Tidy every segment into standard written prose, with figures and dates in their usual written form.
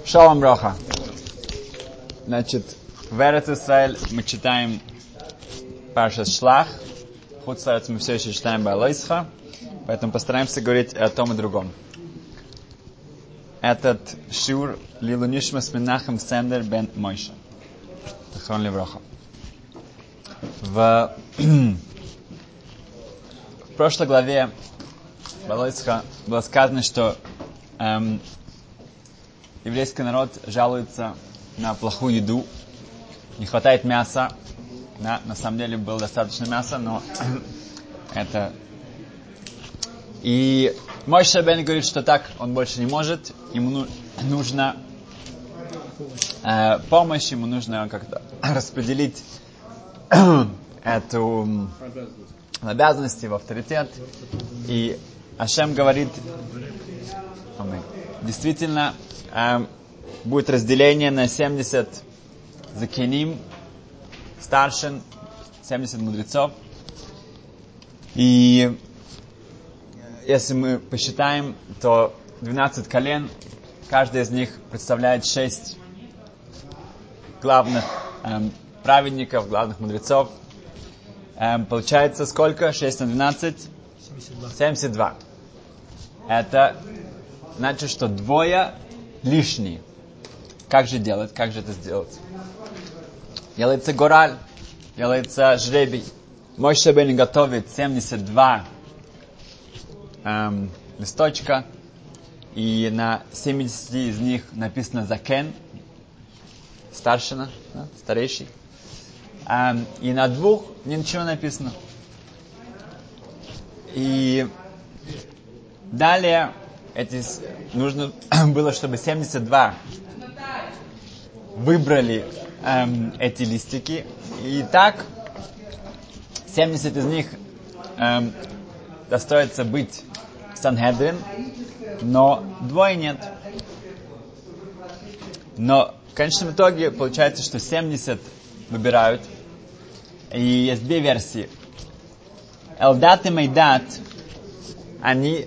Шалом броха. Значит, в Эрец Исраэль мы читаем Паршат Шлах. Хуцларец мы все еще читаем Баалойсха. Поэтому постараемся говорить о том и другом. Этот шиур Лилу Нишмас Менахем Сендер бен Мойша. Захрон левроха. В прошлой главе Баалойсха было сказано, что еврейский народ жалуется на плохую еду, не хватает мяса. Да, на самом деле было достаточно мяса, но это... И Мойше Рабейну говорит, что так он больше не может, ему нужна помощь, ему нужно как-то распределить эту обязанность, его авторитет. И Ашем говорит, действительно, будет разделение на 70 закеним, старшин, 70 мудрецов. И если мы посчитаем, то 12 колен, каждый из них представляет 6 главных праведников, главных мудрецов. Получается сколько? 6 на 12? 72. Это значит, что двое лишние. Как же делать? Как же это сделать? Делается гораль, делается жребий. Мойше Рабейну готовит 72 листочка, и на 70 из них написано закен, старшина, да, старейший. И на 2 ничего написано. И далее нужно было, чтобы 72 выбрали эти листики. И так 70 из них достоится быть Сангедрин, но 2 нет. Но в конечном итоге получается, что 70 выбирают. И есть 2 версии. Элдат и Мейдат, они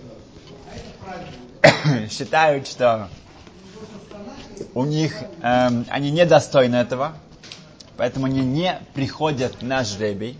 считают, что у них они недостойны этого, поэтому они не приходят на жребий.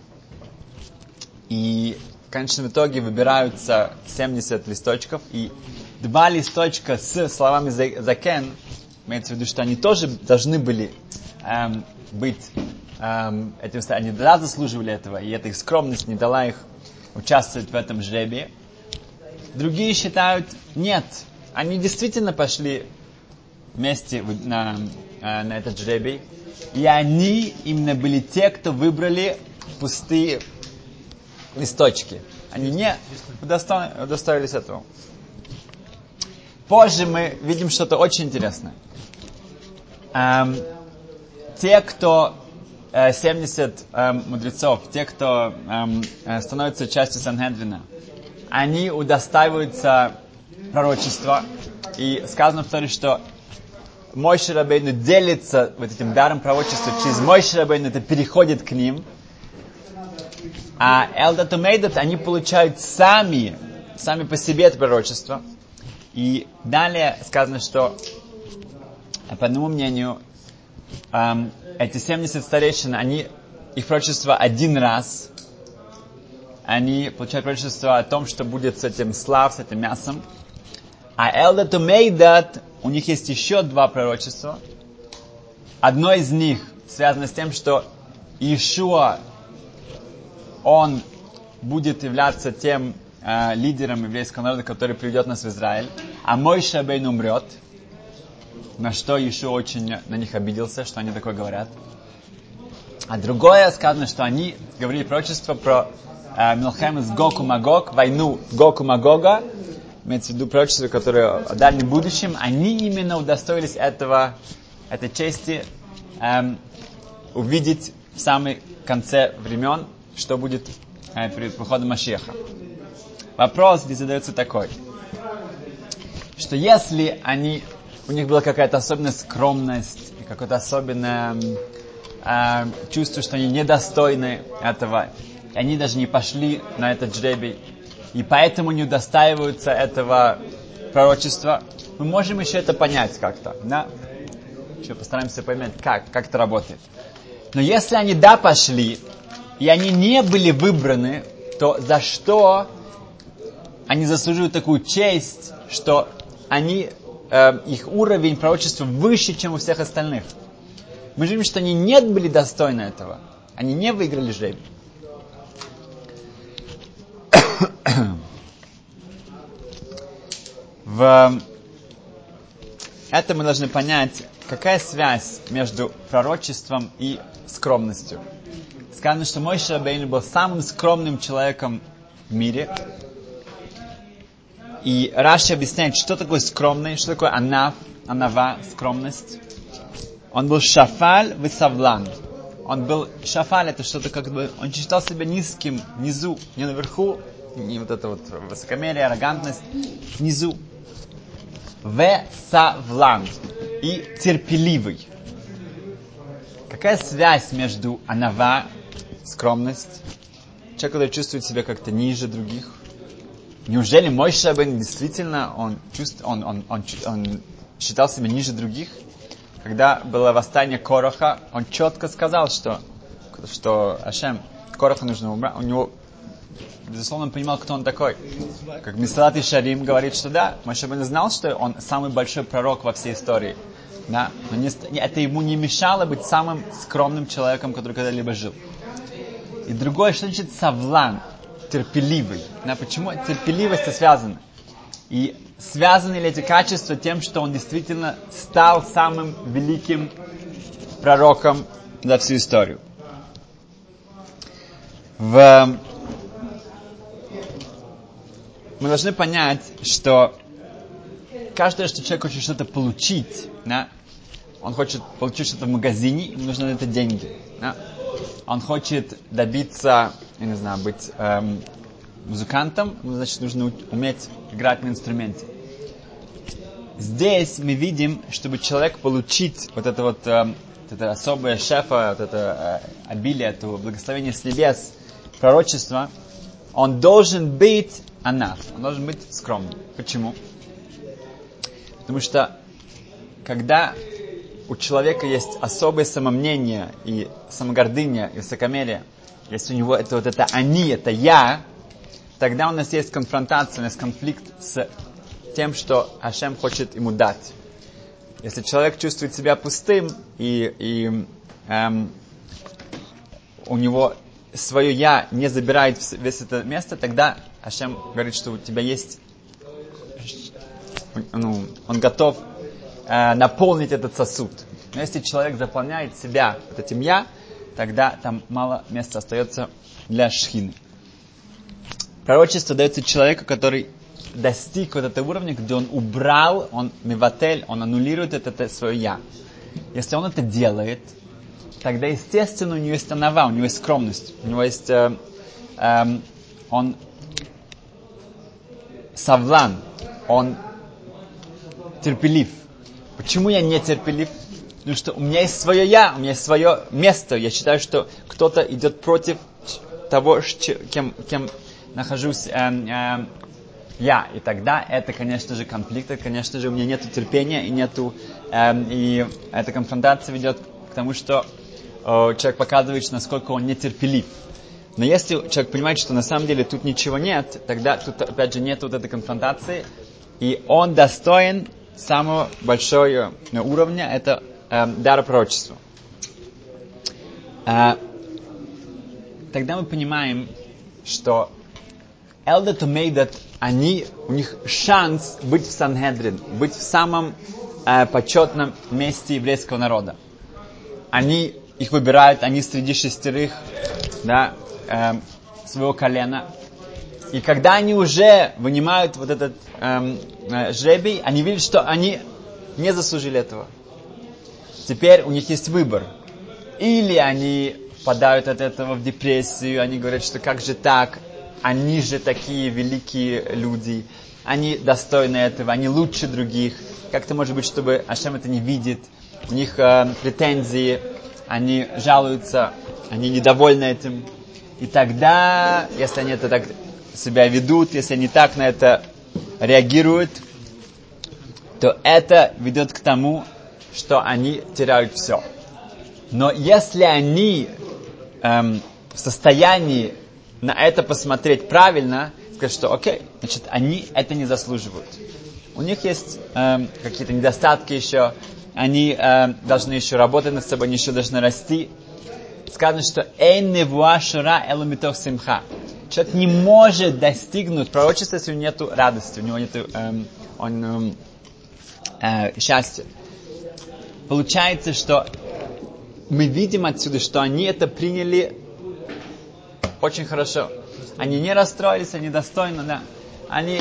И в конечном итоге выбираются 70 листочков, и 2 листочка с словами «закен», имеется в виду, что они тоже должны были быть этим, они да, заслуживали этого, и эта их скромность не дала их участвовать в этом жребии. Другие считают, нет, они действительно пошли вместе на этот жребий, и они именно были те, кто выбрали пустые листочки. Они не удостоились этого. Позже мы видим что-то очень интересное. Те, кто 70 мудрецов, те, кто становятся частью Сангедрина, они удостаиваются пророчества. И сказано в Торе, что Мойше Рабейну делится вот этим даром пророчества. Через Мойше Рабейну это переходит к ним. А Элдат и Мейдат, они получают сами по себе это пророчество. И далее сказано, что, по одному мнению, эти 70 старейшин, их пророчество один раз. Они получают пророчество о том, что будет с этим слав, с этим мясом. А Элдат и Мейдат, у них есть еще 2 пророчества. Одно из них связано с тем, что Иешуа, он будет являться тем лидером еврейского народа, который приведет нас в Израиль. А Мойше Рабейну умрет. На что Иешуа очень на них обиделся, что они такое говорят. А другое сказано, что они говорили пророчество про Милхем с Гог и Магог, войну Гог и Магога. Имеется в виду пророчество, которое в дальнем будущем. Они именно удостоились этой чести увидеть в самом конце времен, что будет перед приходом Машиаха. Вопрос здесь задается такой, что если у них была какая-то особенная скромность, какое-то особенное чувство, что они недостойны этого, и они даже не пошли на этот жребий, и поэтому не удостаиваются этого пророчества, мы можем еще это понять как-то. Да? Еще постараемся понять, как это работает. Но если они пошли, и они не были выбраны, то за что они заслуживают такую честь, что они, их уровень пророчества выше, чем у всех остальных? Мы же видим, что они не были достойны этого. Они не выиграли жребий. В этом мы должны понять, какая связь между пророчеством и скромностью. Сказано, что Моше Рабейну был самым скромным человеком в мире. И Раши объясняет, что такое скромный, что такое анава, скромность. Он был шафаль весавлан. Он был шафаль, это что-то как бы, он считал себя низким внизу, не наверху, не вот это вот высокомерие, аррогантность, внизу. Весавлан и терпеливый. Какая связь между анава, скромность, человек, который чувствует себя как-то ниже других? Неужели Моше Рабейну действительно он считал себя ниже других? Когда было восстание Кораха, он четко сказал, что Ашем, Кораха нужно убрать. У него, безусловно, он понимал, кто он такой. Как Мисалат Ишарим говорит, что да, Моше Рабейну знал, что он самый большой пророк во всей истории. Да? Но это ему не мешало быть самым скромным человеком, который когда-либо жил. И другое, что значит савлан, терпеливый. Да? Почему терпеливость связана? И связаны ли эти качества тем, что он действительно стал самым великим пророком за всю историю? Мы должны понять, что каждое, что человек хочет что-то получить, да? Он хочет получить что-то в магазине, ему нужны это деньги. Да? Он хочет добиться, я не знаю, быть музыкантом, значит, нужно уметь играть на инструменте. Здесь мы видим, чтобы человек получить вот это особое шефа, вот это обилие, это благословение с небес, пророчество, он должен быть анаф, он должен быть скромным. Почему? Потому что когда у человека есть особое самомнение и самогордыня и высокомерие, если у него это они, это я, тогда у нас есть конфронтация, у нас конфликт с тем, что Ашем хочет ему дать. Если человек чувствует себя пустым и у него свое «я» не забирает весь это место, тогда Ашем говорит, что у тебя есть, он готов наполнить этот сосуд. Но если человек заполняет себя вот этим «я», тогда там мало места остается для шхины. Пророчество дается человеку, который достиг вот этого уровня, где он убрал, он миватель, он аннулирует это свое «я». Если он это делает, тогда, естественно, у него есть анава, у него есть скромность, у него есть он савлан, он терпелив. Почему я не терпелив? Потому что у меня есть свое «я», у меня есть свое место. Я считаю, что кто-то идет против того, кем нахожусь я. И тогда это, конечно же, конфликт, и, конечно же, у меня нету терпения, и эта конфронтация ведет к тому, что человек показывает, насколько он нетерпелив. Но если человек понимает, что на самом деле тут ничего нет, тогда тут, опять же, нет вот этой конфронтации, и он достоин самого большого уровня, это дара пророчества. Тогда мы понимаем, что Элдот и Мейдот, у них шанс быть в Сангедрин, быть в самом почетном месте еврейского народа. Они их выбирают, они среди 6 своего колена. И когда они уже вынимают вот этот жребий, они видят, что они не заслужили этого. Теперь у них есть выбор. Или они впадают от этого в депрессию, они говорят, что как же так, они же такие великие люди, они достойны этого, они лучше других. Как-то может быть, чтобы Ашем это не видит, у них претензии, они жалуются, они недовольны этим. И тогда, если они это так себя ведут, если они так на это реагируют, то это ведет к тому, что они теряют все. Но если они в состоянии на это посмотреть правильно, сказать, что окей, значит, они это не заслуживают. У них есть какие-то недостатки еще, они должны еще работать над собой, они еще должны расти. Сказано, что «Эйн невуа шура элу митох симха». Человек не может достигнуть пророчества, если у него нет радости, у него нет счастья. Получается, что мы видим отсюда, что они это приняли очень хорошо. Они не расстроились, они достойны, да. Они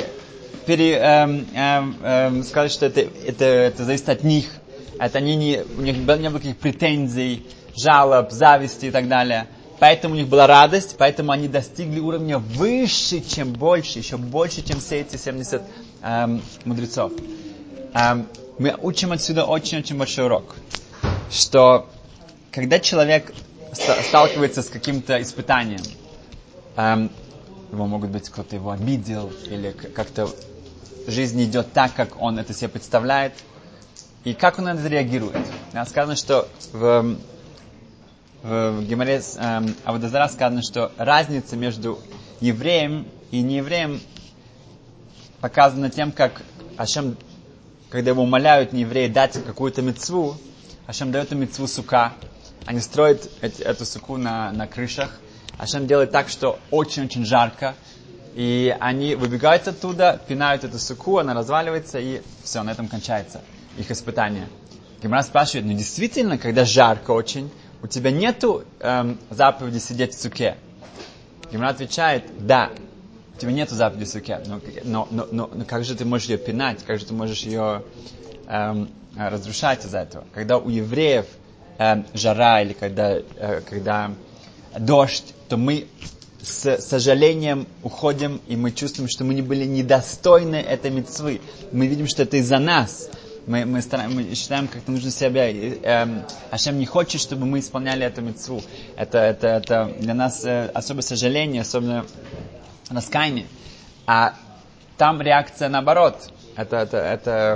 сказали, что это зависит от них. У них не было никаких претензий, жалоб, зависти и так далее. Поэтому у них была радость, поэтому они достигли уровня выше, чем больше, еще больше, чем все эти 70 мудрецов. Мы учим отсюда очень-очень большой урок, что когда человек сталкивается с каким-то испытанием, его, может быть, кто-то его обидел, или как-то жизнь идет так, как он это себе представляет, и как он на это реагирует. Сказано, что в Гемаре Авода Зара сказано, что разница между евреем и неевреем показана тем, как Ашем, когда его умоляют неевреи дать какую-то мицву, Ашем дает им мицву сука. Они строят эту суку на крышах. Ашем делает так, что очень-очень жарко. И они выбегают оттуда, пинают эту суку, она разваливается, и все, на этом кончается их испытание. Гемара спрашивает, ну действительно, когда жарко очень, у тебя нету заповеди сидеть в суке? Гемара отвечает, да, у тебя нету заповеди в суке, но как же ты можешь ее пинать, как же ты можешь ее разрушать из-за этого? Когда у евреев жара или когда дождь, то мы с сожалением уходим, и мы чувствуем, что мы не были недостойны этой мицвы. Мы видим, что это из-за нас. Мы считаем, как-то нужно себя... Ашем не хочет, чтобы мы исполняли эту мицву. Это для нас особое сожаление, особенно раскаяние. А там реакция наоборот. Это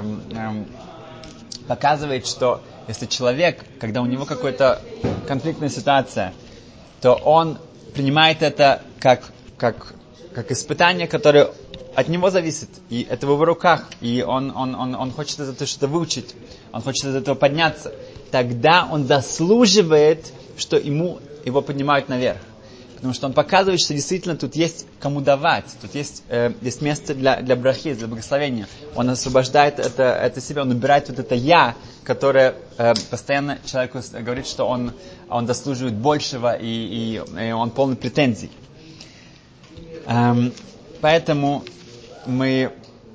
показывает, что если человек, когда у него какая-то конфликтная ситуация, то он принимает это как испытание, которое от него зависит, и это в его руках, и он хочет из этого что-то выучить, он хочет из этого подняться. Тогда он заслуживает, что его поднимают наверх. Потому что он показывает, что действительно тут есть кому давать, тут есть место для брахи, для благословения. Он освобождает это себя, он убирает вот это «я», которое постоянно человеку говорит, что он заслуживает большего, и он полный претензий. Поэтому мы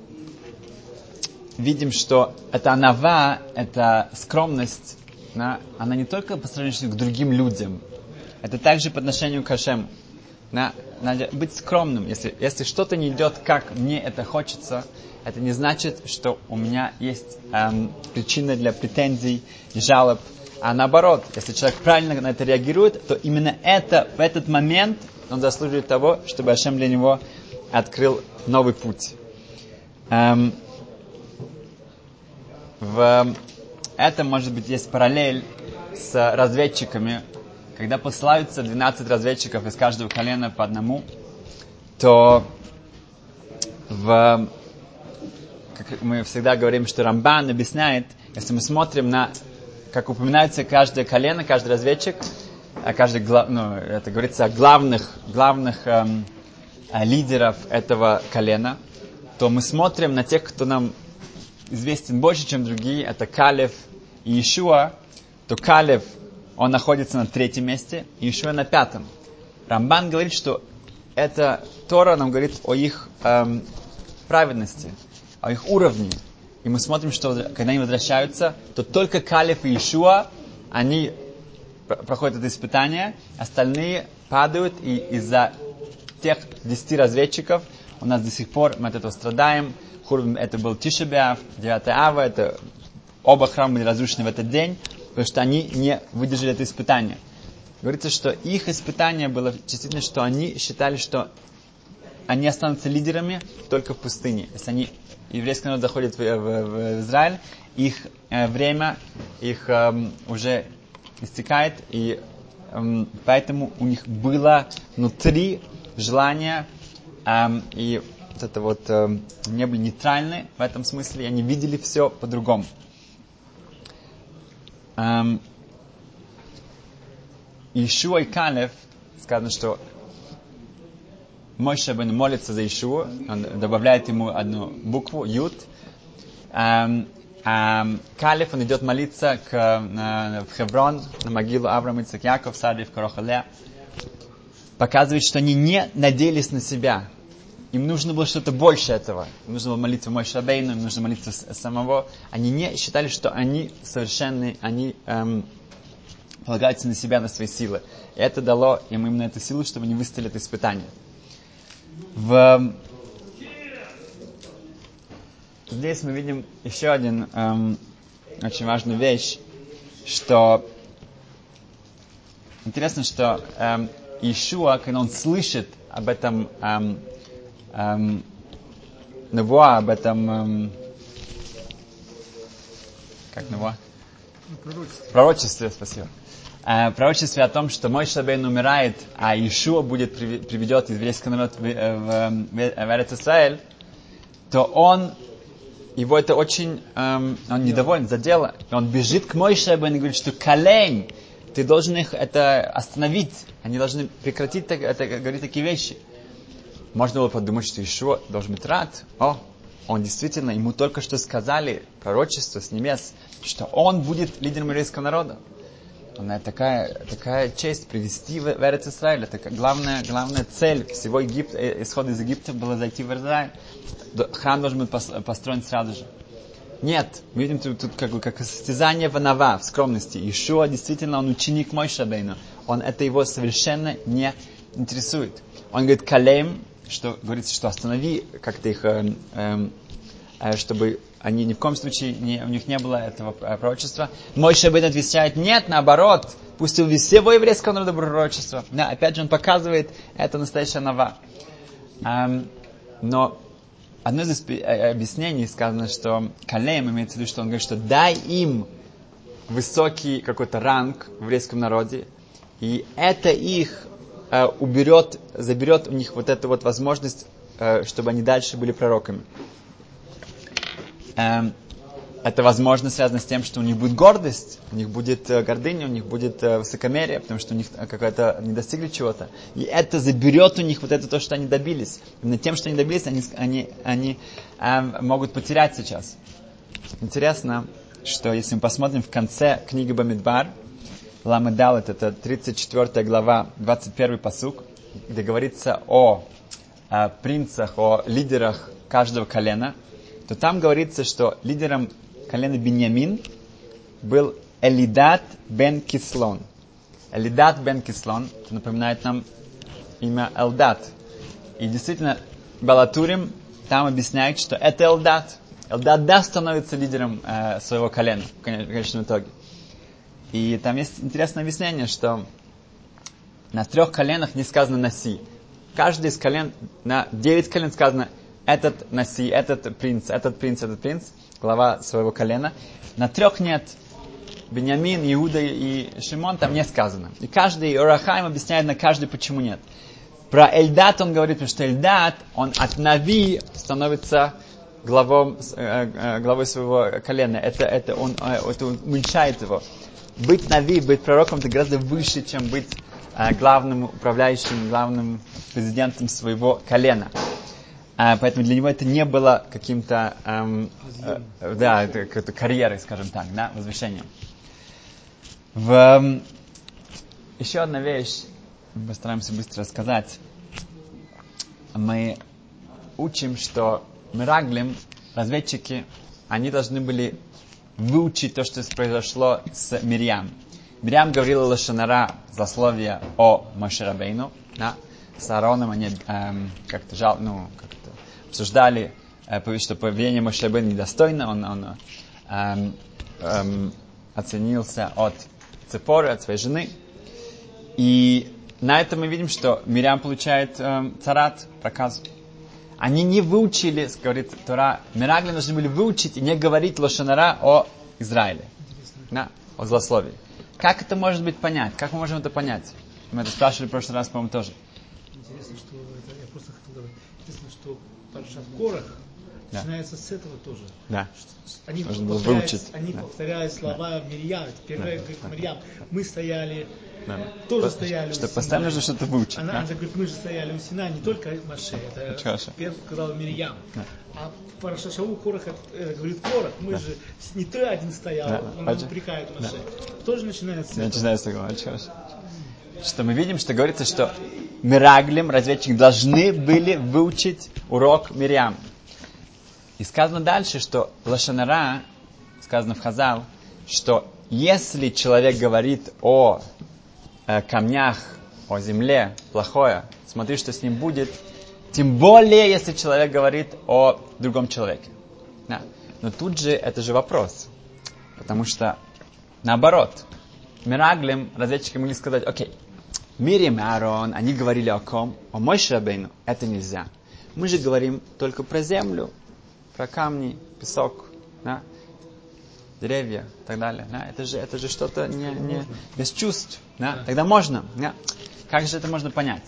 видим, что эта анава, эта скромность, она не только по сравнению к другим людям, это также по отношению к Ашему. Надо быть скромным. Если что-то не идет, как мне это хочется, это не значит, что у меня есть причина для претензий и жалоб. А наоборот, если человек правильно на это реагирует, то именно в этот момент он заслуживает того, чтобы Ашем для него открыл новый путь. В этом, может быть, есть параллель с разведчиками. Когда посылаются 12 разведчиков из каждого колена по одному, то как мы всегда говорим, что Рамбан объясняет, если мы смотрим как упоминается каждое колено, каждый разведчик, это говорится о главных лидеров этого колена, то мы смотрим на тех, кто нам известен больше, чем другие, это Калев и Иешуа, то Калев, он находится на 3-м месте, и Иешуа на 5-м. Рамбан говорит, что эта Тора нам говорит о их праведности, о их уровне. И мы смотрим, что когда они возвращаются, то только Калев и Иешуа, они проходят это испытание, остальные падают, и из-за тех 10 разведчиков у нас до сих пор мы от этого страдаем. Это был Тиша б'Ав, 9 ава, это оба храма были разрушены в этот день, потому что они не выдержали это испытание. Говорится, что их испытание было действительно, что они считали, что они останутся лидерами только в пустыне. Если еврейский народ заходит в Израиль, их время уже истекает, и поэтому у них было внутри желание, и вот это вот не были нейтральны в этом смысле, и они видели все по-другому. Иешуа и Калев, сказано, что Моше Рабейну молится за Иешуа, он добавляет ему одну букву, Юд. Калев, он идет молиться в Хеврон, на могилу Авраама, Ицхака, Якова, Сары в Корохале. Показывает, что они не надеялись на себя. Им нужно было что-то больше этого. Им нужно было молиться Моше Рабейну, им нужно молиться самого. Они не считали, что они совершенны, они полагаются на себя, на свои силы. И это дало им именно эту силу, чтобы они выстояли это испытание. Здесь мы видим еще один очень важную вещь, что интересно, что Иешуа, когда он слышит об этом Невуа, об этом как Невуа? Пророчестве, спасибо. Пророчестве о том, что Моше Рабейну умирает, а Иешуа приведет еврейский народ в Эрец Исраэль, то его это очень, он недоволен, задело. Он бежит к Моше Рабейну и говорит, что Калень, ты должен их это остановить. Они должны прекратить говорить такие вещи. Можно было подумать, что Иешуа должен быть рад. Он действительно, ему только что сказали пророчество с небес, что он будет лидером еврейского народа. Такая честь привести в Эрец Исраэль. Это главная цель всего исхода из Египта было зайти в Израиль. Храм должен быть построен сразу же. Нет, мы видим тут как состязание в Анава, в скромности. Иешуа действительно, он ученик Моше Рабейну. Это его совершенно не интересует. Он говорит Калем, что говорится, что останови как-то их, чтобы они ни в коем случае, у них не было этого пророчества. Моше Рабейну отвечает, нет, наоборот, пусть у всего еврейского народа пророчество. Да, опять же он показывает, это настоящая Нава. Но одно из объяснений сказано, что Калем имеется в виду, что он говорит, что дай им высокий какой-то ранг в еврейском народе, и это их заберет у них вот эту вот возможность, чтобы они дальше были пророками. Это, возможно, связано с тем, что у них будет гордость, у них будет гордыня, у них будет высокомерие, потому что у них какое-то не достигли чего-то. И это заберет у них вот это то, что они добились. Именно тем, что они добились, они могут потерять сейчас. Интересно, что если мы посмотрим в конце книги Бамидбар, Ламед Далет, это 34 глава, 21 пасук, где говорится о принцах, о лидерах каждого колена, то там говорится, что лидером колена Биньямин был Элидат бен Кислон. Элидат бен Кислон, это напоминает нам имя Элдат. И действительно, Балатурим там объясняет, что это Элдат. Элдат, да, становится лидером своего колена в конечном итоге. И там есть интересное объяснение, что на 3 коленах не сказано Наси. Каждый из колен, на 9 колен сказано этот Наси, этот принц, глава своего колена. На 3 нет. Беньямин, Иуда и Шимон там не сказано. И каждый, Ор ха-Хаим объясняет на каждый, почему нет. Про Эльдат он говорит, потому что Эльдат, он от Нави становится главой своего колена. Это уменьшает его. Быть Нави, быть пророком, это гораздо выше, чем быть главным управляющим, главным президентом своего колена. Поэтому для него это не было каким-то какой-то карьерой, скажем так, да, возвышением. Еще одна вещь, мы постараемся быстро рассказать. Мы учим, что Мираглим, разведчики, они должны были выучить то, что произошло с Мирьям. Мирьям говорила лашон-ара, злословие о Моше Рабейну, да. С Аароном они как-то обсуждали, что поведение Моше Рабейну недостойно, он оценился от Ципоры, от своей жены. И на этом мы видим, что Мирьям получает царат, проказу. Они не выучили, говорит Тора, Мерагли должны были выучить и не говорить лошон ара о Израиле. Да, о злословии. Как это может быть понять? Как мы можем это понять? Мы это спрашивали в прошлый раз, по-моему, тоже. Интересно, что это, я просто хотел говорить. Интересно, что Паршат Корах начинается с этого тоже. Да. Они повторяют слова Мирьям. Первая говорит Мирьям, мы стояли, тоже стояли что у постоянно нужно что-то выучить. Она говорит, мы же стояли у Сина, не только Моше. Это первый сказал Мирьям. А в Паршат Корах говорит Корах, мы же не ты один стоял, он упрекает Моше. Тоже начинается с этого. Начинается с этого, очень хорошо. Что мы видим, что говорится, что Мираглим, разведчики, должны были выучить урок Мирьям. И сказано дальше, что лошон ара, сказано в Хазал, что если человек говорит о камнях, о земле плохое, смотри, что с ним будет, тем более, если человек говорит о другом человеке. Да. Но тут же это же вопрос, потому что наоборот, Мираглим, разведчики могли сказать, окей, Мирьям и Аарон, они говорили о ком? О Моше Рабейну. Это нельзя. Мы же говорим только про землю, про камни, песок, да? Деревья и так далее. Да? Это же что-то не без чувств. Да? Тогда можно. Да? Как же это можно понять?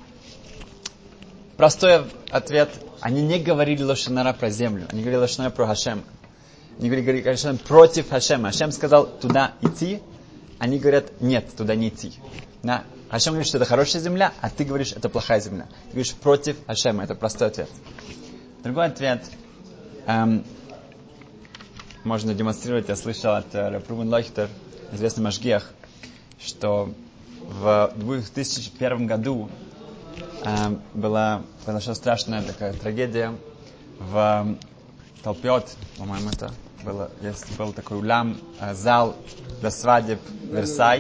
Простой ответ. Они не говорили лошон ара про землю. Они говорили лошон ара про Хашем. Они говорили лошон ара против Хашема. Хашем сказал туда идти. Они говорят, нет, туда не идти. Да? Хашем говорит, что это хорошая земля, а ты говоришь, это плохая земля. Ты говоришь против Хашема. Это простой ответ. Другой ответ. Можно демонстрировать. Я слышал от Рав Рувен Лойхтер, известный машгиах, что в 2001 году произошла страшная такая трагедия в Талпиот, по-моему, это было, был такой улам, зал для свадеб Версай.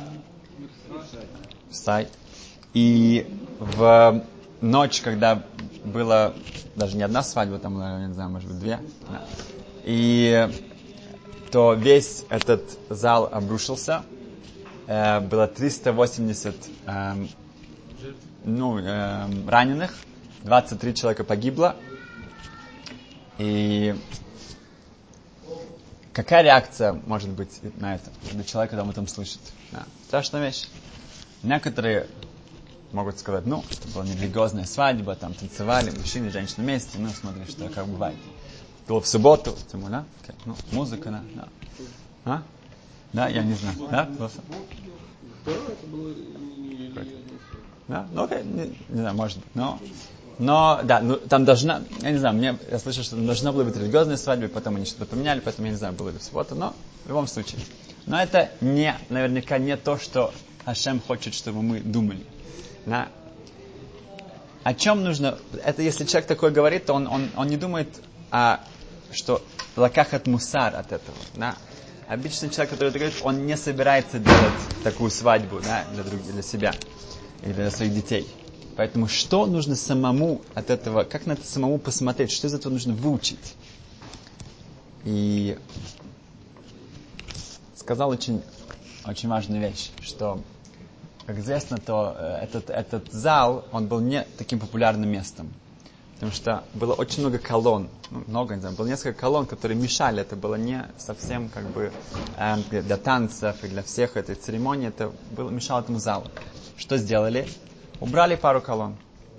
И в ночь, когда была даже не одна свадьба, там, я не знаю, может быть, две, да. И то весь этот зал обрушился. Было 380 раненых, 23 человека погибло. И какая реакция может быть на это, когда человек об этом слышит? Да. Страшная вещь. Некоторые могут сказать, это была нерелигиозная свадьба, там танцевали, мужчины и женщины вместе, смотри, что как бывает. Было в субботу, да? Музыка, да. Да, я не знаю, да? Да, окей, не знаю, может быть, но да, там должна, я не знаю, я слышал, что там должна была быть религиозная свадьба, потом они что-то поменяли, поэтому я не знаю, было ли в субботу, но в любом случае. Но это наверняка не то, что Хашем хочет, чтобы мы думали. Да. О чем нужно? Это если человек такой говорит, то он не думает, что лакахат мусар от этого. Да. Обычный человек, который это говорит, он не собирается делать такую свадьбу, да, для себя или для своих детей. Поэтому что нужно самому от этого, как на это самому посмотреть, что из этого нужно выучить? И сказал очень, очень важную вещь, что, как известно, то этот зал, он был не таким популярным местом. Потому что было очень много колонн, было несколько колонн, которые мешали, это было не совсем для танцев и для всех этой церемонии, это мешало этому залу. Что сделали? Убрали пару колонн.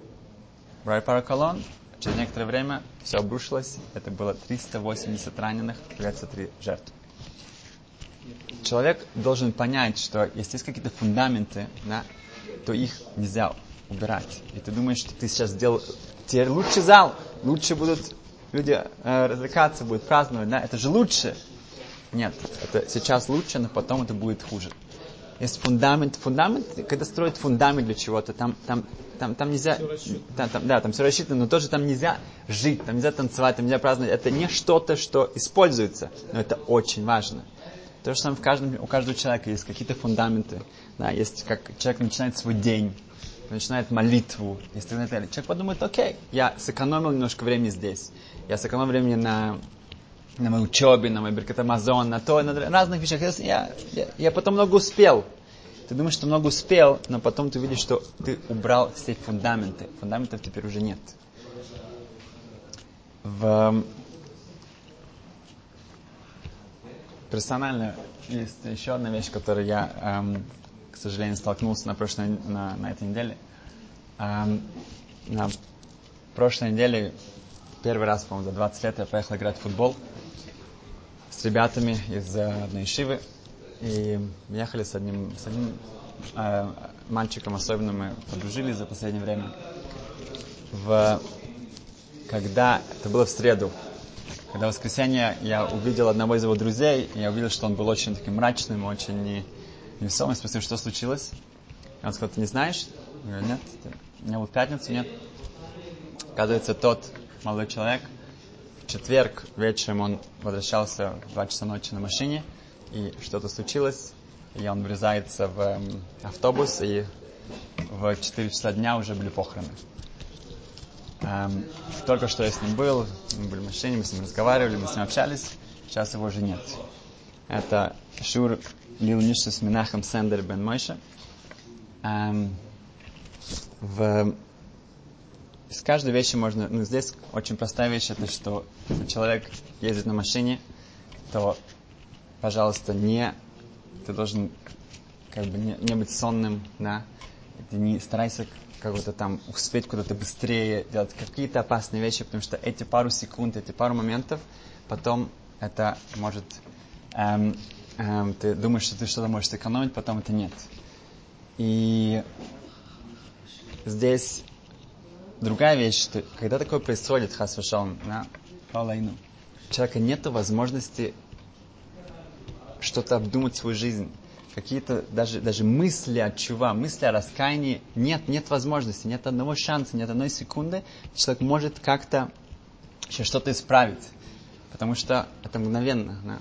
Через некоторое время все обрушилось, это было 380 раненых, 23 жертв. Человек должен понять, что если есть какие-то фундаменты, да, то их нельзя убирать. И ты думаешь, что ты сейчас сделал теперь лучший зал, лучше будут люди развлекаться, будут праздновать, да, это же лучше. Нет, это сейчас лучше, но потом это будет хуже. Есть фундамент, когда строят фундамент для чего-то, там нельзя, там все рассчитано, но тоже там нельзя жить, там нельзя танцевать, там нельзя праздновать. Это не что-то, что используется, но это очень важно. То же самое у каждого человека есть какие-то фундаменты, да, есть как человек начинает свой день, начинает молитву, и так далее. Человек подумает, окей, я сэкономил немножко времени здесь, я сэкономил времени на моей учебе, на моей Беркат Амазон, на разных вещах. Я потом много успел. То Ты думаешь, что много успел, но потом ты видишь, что ты убрал все фундаменты. Фундаментов теперь уже нет. Персонально есть еще одна вещь, которой я, к сожалению, столкнулся на этой неделе. На прошлой неделе, первый раз, по-моему, за 20 лет я поехал играть в футбол с ребятами из одной ешивы. И мы ехали с одним мальчиком, особенно мы подружились за последнее время. Когда это было в среду, когда в воскресенье я увидел одного из его друзей, и я увидел, что он был очень таким мрачным, очень невесомым. Спросил, что случилось. И он сказал, ты не знаешь? Я говорю, нет. Не был в пятницу, нет. Оказывается, тот молодой человек, в четверг вечером он возвращался в 2 часа ночи на машине, и что-то случилось, и он врезается в автобус, и в 4 часа дня уже были похороны. Только что я с ним был, мы были в машине, мы с ним разговаривали, мы с ним общались, сейчас его уже нет. Это Шур Лил Нишус Менахем Сендер бен Мойше. Из каждой вещи можно... здесь очень простая вещь, это что если человек ездит на машине, то, пожалуйста, ты должен не быть сонным, да? Ты не старайся как-то там успеть куда-то быстрее делать какие-то опасные вещи, потому что эти пару секунд, эти пару моментов, потом это может... ты думаешь, что ты что-то можешь сэкономить, потом это нет. И здесь другая вещь, что когда такое происходит, хас вешалом, у человека нет возможности что-то обдумать свою жизнь. Какие-то даже мысли о чува, мысли о раскаянии, нет возможности, нет одного шанса, нет одной секунды, человек может как-то еще что-то исправить. Потому что это мгновенно. Да?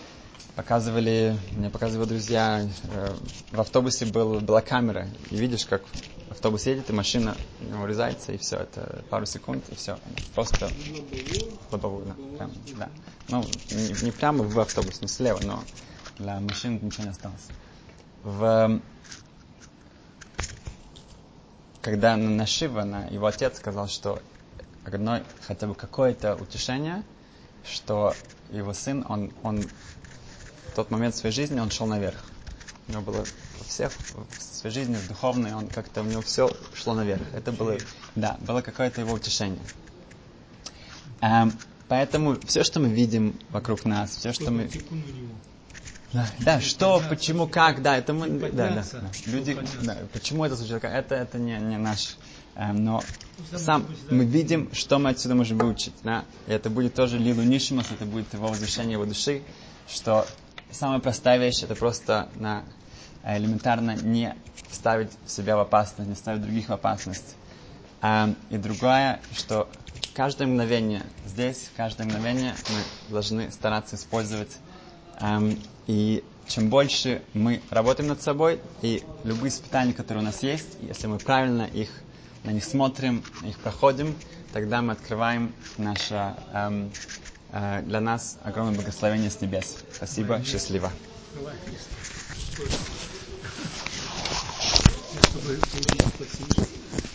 Мне показывали друзья, в автобусе была камера, и видишь, как автобус едет, и машина урезается, и все, это пару секунд, и все. Просто лобовую, да. Не прямо в автобус, не слева, но для машин ничего не осталось. Когда на Шива, его отец сказал, что одно хотя бы какое-то утешение, что его сын, он в тот момент в своей жизни он шел наверх. У него было в своей жизни, в духовной, он как-то у него все шло наверх. Это было какое-то его утешение. Поэтому все, что мы видим вокруг нас, все, что мы... почему, как, это мы... Люди, почему это случилось, это не наш... но мы видим, что мы отсюда можем выучить. Да? И это будет тоже Лилу Нишимас, это будет его возвышение его души, что самая простая вещь, это просто элементарно не ставить себя в опасность, не ставить других в опасность. И другое, что каждое мгновение здесь, каждое мгновение мы должны стараться использовать. И чем больше мы работаем над собой, и любые испытания, которые у нас есть, если мы правильно на них смотрим, их проходим, тогда мы открываем для нас огромное благословение с небес. Спасибо, счастливо. Чтобы